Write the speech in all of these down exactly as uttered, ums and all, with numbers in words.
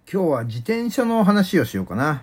今日は自転車の話をしようかな。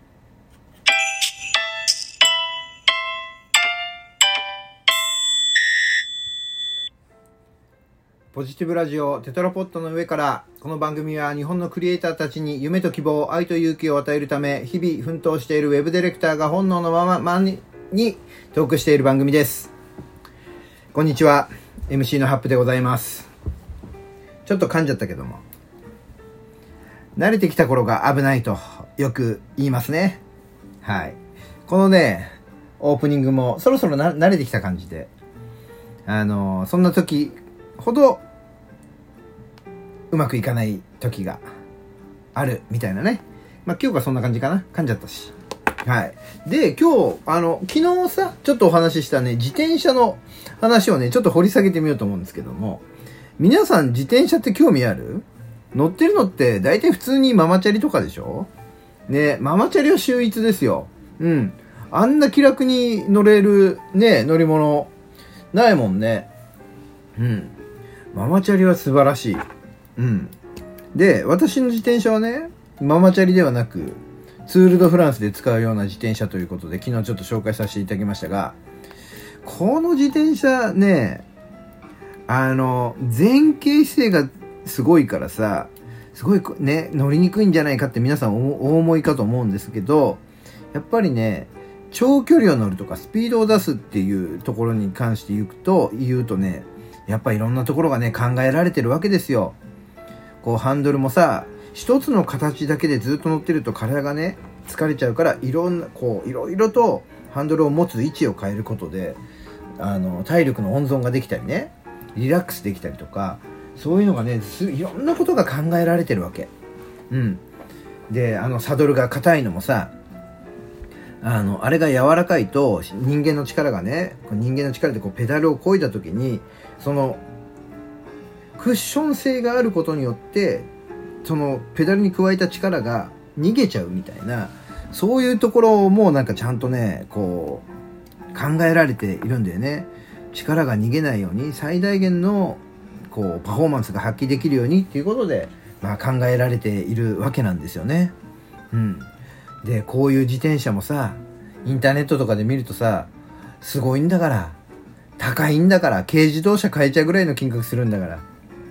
ポジティブラジオテトラポットの上から。この番組は日本のクリエイターたちに夢と希望、愛と勇気を与えるため日々奮闘しているウェブディレクターが本能のまままににトークしている番組です。こんにちは、 エムシー のハップでございます。ちょっと噛んじゃったけども、慣れてきた頃が危ないとよく言いますね。はい。このね、オープニングもそろそろな慣れてきた感じで、あのー、そんな時ほどうまくいかない時があるみたいなね。まあ今日はそんな感じかな。噛んじゃったし。はい。で、今日、あの、昨日さ、ちょっとお話ししたね、自転車の話をね、ちょっと掘り下げてみようと思うんですけども、皆さん自転車って興味ある？乗ってるのって大体普通にママチャリとかでしょ？ね、ママチャリは秀逸ですよ。うん。あんな気楽に乗れるね、乗り物ないもんね。うん。ママチャリは素晴らしい。うん。で、私の自転車はね、ママチャリではなく、ツール・ド・フランスで使うような自転車ということで、昨日ちょっと紹介させていただきましたが、この自転車ね、あの、前傾姿勢がすごいからさ、すごいね、乗りにくいんじゃないかって皆さんお思いかと思うんですけど、やっぱりね、長距離を乗るとかスピードを出すっていうところに関して言うと、言うとね、やっぱりいろんなところがね、考えられてるわけですよ。こうハンドルもさ、一つの形だけでずっと乗ってると体がね、疲れちゃうから、いろんな、こう、いろいろとハンドルを持つ位置を変えることで、あの、体力の温存ができたりね、リラックスできたりとか、そういうのがね、いろんなことが考えられてるわけ。うん。で、あの、サドルが硬いのもさ、あの、あれが柔らかいと、人間の力がね、人間の力でこうペダルを漕いだ時に、その、クッション性があることによって、そのペダルに加えた力が逃げちゃうみたいな、そういうところもなんかちゃんとね、こう、考えられているんだよね。力が逃げないように、最大限の、こう、パフォーマンスが発揮できるようにっていうことで、まあ考えられているわけなんですよね。うん。で、こういう自転車もさ、インターネットとかで見るとさ、すごいんだから、高いんだから、軽自動車買えちゃうぐらいの金額するんだから。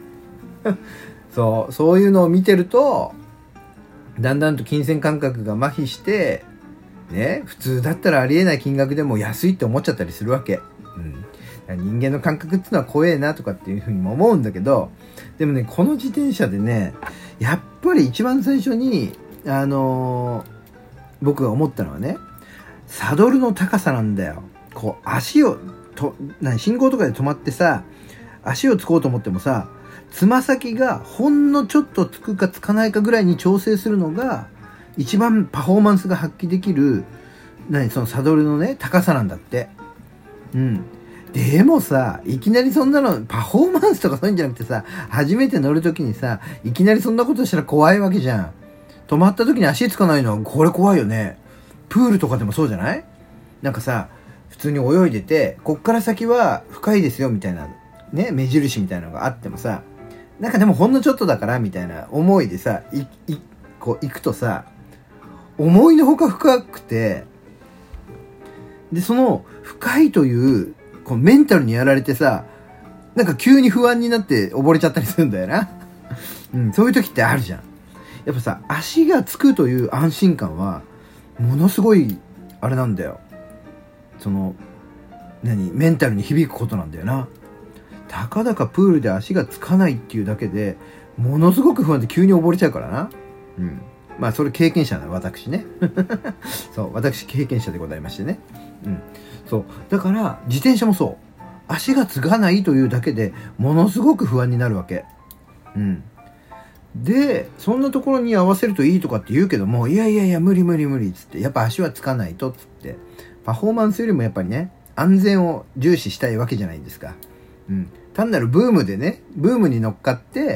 そう、そういうのを見てると、だんだんと金銭感覚が麻痺して、ね、普通だったらありえない金額でも安いって思っちゃったりするわけ。うん。人間の感覚っていうのは怖えなとかっていうふうにも思うんだけど、でもね、この自転車でね、やっぱり一番最初に、あのー、僕が思ったのはね、サドルの高さなんだよ。こう、足を、と、何、信号とかで止まってさ、足をつこうと思ってもさ、つま先がほんのちょっとつくかつかないかぐらいに調整するのが、一番パフォーマンスが発揮できる、何、そのサドルのね、高さなんだって。うん。でもさ、いきなりそんなの、パフォーマンスとかそういうんじゃなくてさ、初めて乗るときにさ、いきなりそんなことしたら怖いわけじゃん。止まったときに足つかないのは、これ怖いよね。プールとかでもそうじゃない？なんかさ、普通に泳いでて、こっから先は深いですよ、みたいな、ね、目印みたいなのがあってもさ、なんかでもほんのちょっとだから、みたいな思いでさ、い、い、こう行くとさ、思いのほか深くて、で、その、深いという、こうメンタルにやられてさ、なんか急に不安になって溺れちゃったりするんだよな。うん、そういう時ってあるじゃん。やっぱさ、足がつくという安心感は、ものすごい、あれなんだよ。その、何、メンタルに響くことなんだよな。たかだかプールで足がつかないっていうだけで、ものすごく不安で急に溺れちゃうからな。うん。まあ、それ経験者なの、私ね。そう、私経験者でございましてね。うん。そう。だから、自転車もそう。足がつかないというだけでものすごく不安になるわけ。うん。で、そんなところに合わせるといいとかって言うけども、いやいやいや、無理無理無理っつって、やっぱ足はつかないとっつって、パフォーマンスよりもやっぱりね、安全を重視したいわけじゃないですか。うん。単なるブームでね、ブームに乗っかって、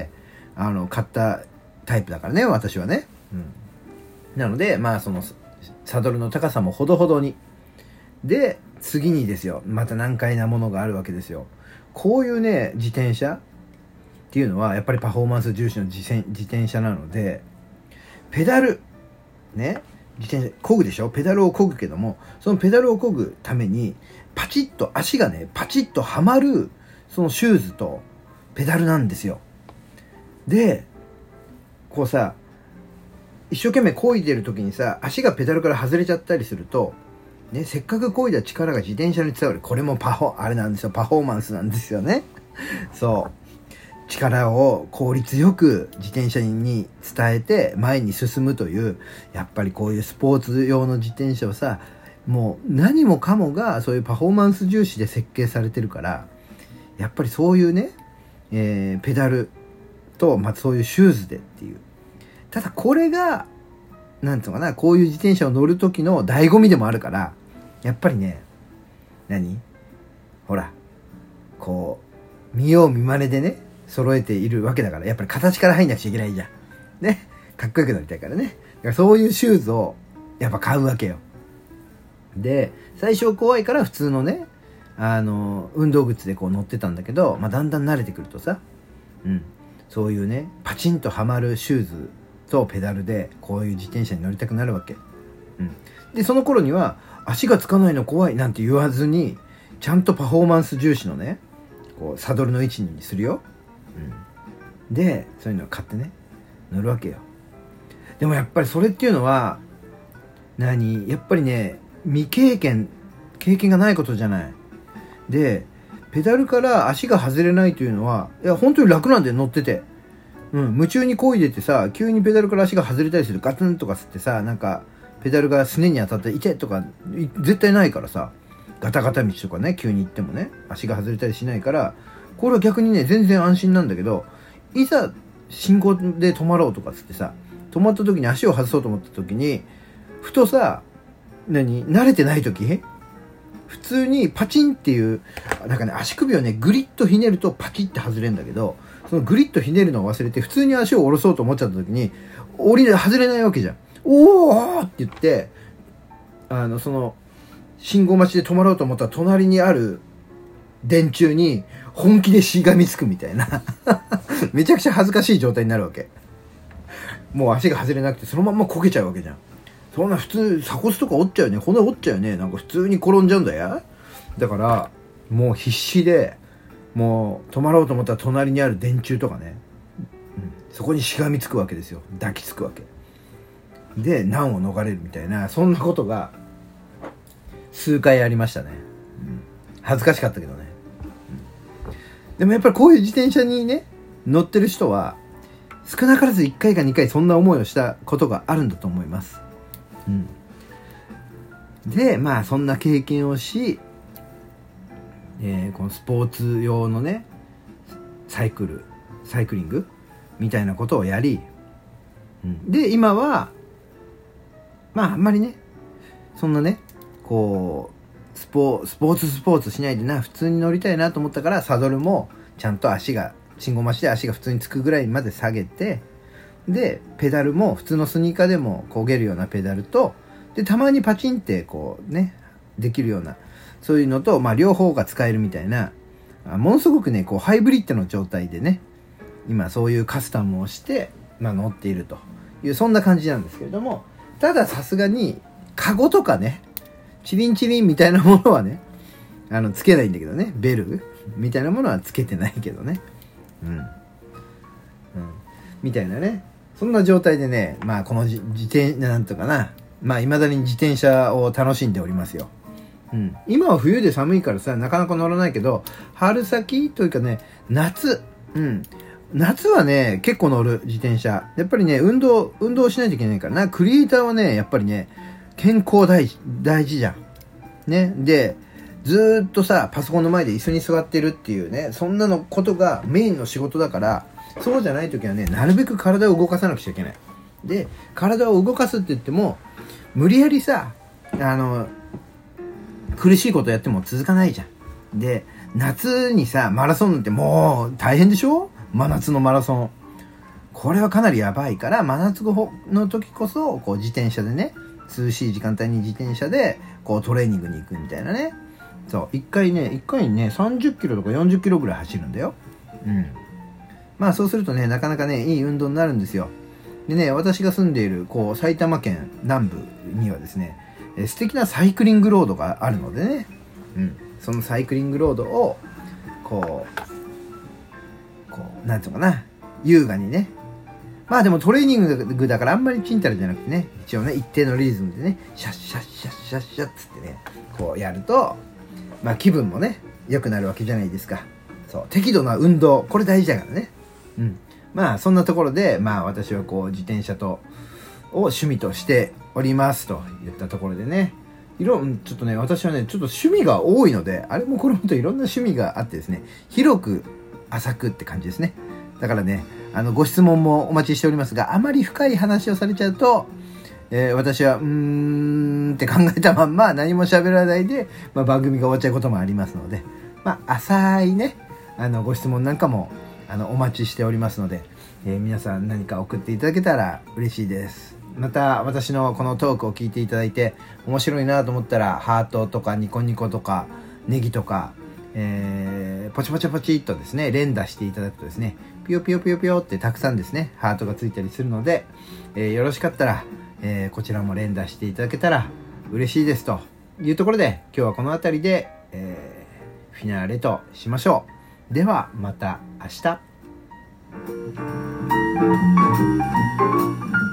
あの、買ったタイプだからね、私はね。うん。なので、まあ、その、サドルの高さもほどほどに。で、次にですよ、また難解なものがあるわけですよ。こういうね、自転車っていうのは、やっぱりパフォーマンス重視の自転車なので、 ペダルね、自転車漕ぐでしょ、ペダルを漕ぐけども、そのペダルを漕ぐためにパチッと足がねパチッとはまるそのシューズとペダルなんですよ。でこうさ、一生懸命漕いでる時にさ、足がペダルから外れちゃったりするとね、せっかく漕いだ力が自転車に伝わる。これもパフォあれなんですよ、パフォーマンスなんですよね。そう力を効率よく自転車に伝えて前に進むという、やっぱりこういうスポーツ用の自転車をさ、もう何もかもがそういうパフォーマンス重視で設計されてるから、やっぱりそういうね、えー、ペダルと、まあ、そういうシューズでっていう。ただこれがなんていうのかな、こういう自転車を乗る時の醍醐味でもあるから、やっぱりね、何ほらこう見よう見まねでね揃えているわけだから、やっぱり形から入んなくちゃいけないじゃんね、かっこよくなりたいからね。だからそういうシューズをやっぱ買うわけよ。で最初怖いから普通のねあの運動靴でこう乗ってたんだけど、まあ、だんだん慣れてくるとさ、うん、そういうねパチンとはまるシューズとペダルでこういう自転車に乗りたくなるわけ、うん、でその頃には足がつかないの怖いなんて言わずに、ちゃんとパフォーマンス重視のねこうサドルの位置にするよ、うん、でそういうのを買ってね乗るわけよ。でもやっぱりそれっていうのは何やっぱりね未経験経験がないことじゃない。でペダルから足が外れないというのは、いや本当に楽なんで乗ってて、うん、夢中に漕いでてさ、急にペダルから足が外れたりする、ガツンとかつってさ、なんかペダルがすねに当たって痛いとか絶対ないからさ、ガタガタ道とかね急に行ってもね足が外れたりしないから、これは逆にね全然安心なんだけど、いざ信号で止まろうとかつってさ、止まった時に足を外そうと思った時にふとさ、何慣れてない時普通にパチンっていうなんかね足首をねグリッとひねるとパキッて外れるんだけど、そのグリッとひねるのを忘れて普通に足を下ろそうと思っちゃった時に降りれ外れないわけじゃん。おーって言ってあのその信号待ちで止まろうと思ったら隣にある電柱に本気でしがみつくみたいなめちゃくちゃ恥ずかしい状態になるわけ。もう足が外れなくてそのまんまこけちゃうわけじゃん。そんな普通鎖骨とか折っちゃうよね、骨折っちゃうよね、なんか普通に転んじゃうんだよ。だからもう必死でもう止まろうと思ったら隣にある電柱とかね、うん、そこにしがみつくわけですよ、抱きつくわけで難を逃れるみたいな、そんなことが数回ありましたね、うん、恥ずかしかったけどね、うん、でもやっぱりこういう自転車にね乗ってる人は少なからずいっかいかにかいそんな思いをしたことがあるんだと思います、うん、でまあそんな経験をし、えー、このスポーツ用のねサイクルサイクリングみたいなことをやり、うん、で今はまああんまりねそんなねこうスポ、スポーツスポーツしないでな普通に乗りたいなと思ったから、サドルもちゃんと足が信号待ちで足が普通につくぐらいまで下げて、でペダルも普通のスニーカーでも漕げるようなペダルと、でたまにパチンってこうねできるようなそういうのと、まあ両方が使えるみたいな、ものすごくねこうハイブリッドの状態でね今そういうカスタムをして、まあ、乗っているというそんな感じなんですけれども、たださすがにカゴとかねチリンチリンみたいなものはねあのつけないんだけどね、ベルみたいなものはつけてないけどね、うん、うん、みたいなね、そんな状態でね、まあこの自転なんとかな、まあ未だに自転車を楽しんでおりますよ。うん、今は冬で寒いからさなかなか乗らないけど、春先というかね夏、うん、夏はね結構乗る自転車。やっぱりね運動運動しないといけないからな。クリエイターはねやっぱりね健康大事大事じゃんね。でずーっとさパソコンの前で椅子に座ってるっていうね、そんなのことがメインの仕事だから、そうじゃない時はねなるべく体を動かさなくちゃいけない。で体を動かすって言っても無理やりさあの苦しいことやっても続かないじゃん。で夏にさマラソンなんてもう大変でしょ、真夏のマラソン。これはかなりやばいから、真夏の時こそこう自転車でね、涼しい時間帯に自転車でこうトレーニングに行くみたいなね。そう一回ね一回にねさんじゅっキロとかよんじゅっキロぐらい走るんだよ。うん、まあそうするとねなかなかねいい運動になるんですよ。 でね、私が住んでいるこう埼玉県南部にはですね、え素敵なサイクリングロードがあるのでね、うん、そのサイクリングロードをこうこうなんていうのかな、優雅にね、まあでもトレーニングだからあんまりチンタラじゃなくてね、一応ね一定のリズムでね、シャッシャッシャッシャッシャッつってね、こうやるとまあ気分もね良くなるわけじゃないですか。そう、適度な運動、これ大事だからね。うん。まあそんなところで、まあ私はこう自転車とを趣味としておりますといったところでね、いろんちょっとね、私はねちょっと趣味が多いので、あれもこれもといろんな趣味があってですね、広く浅くって感じですね。だからね、あのご質問もお待ちしておりますが、あまり深い話をされちゃうと、えー、私はうーんって考えたまんま何も喋らないで、まあ、番組が終わっちゃうこともありますので、まあ浅いね、あのご質問なんかもあのお待ちしておりますので、えー、皆さん何か送っていただけたら嬉しいです。また私のこのトークを聞いていただいて面白いなと思ったら、ハートとかニコニコとかネギとか、えー、ポチポチポチっとですね連打していただくとですね、ピヨピヨピヨピヨってたくさんですねハートがついたりするので、えー、よろしかったら、えー、こちらも連打していただけたら嬉しいですというところで、今日はこの辺りで、えー、フィナーレとしましょう。ではまた明日。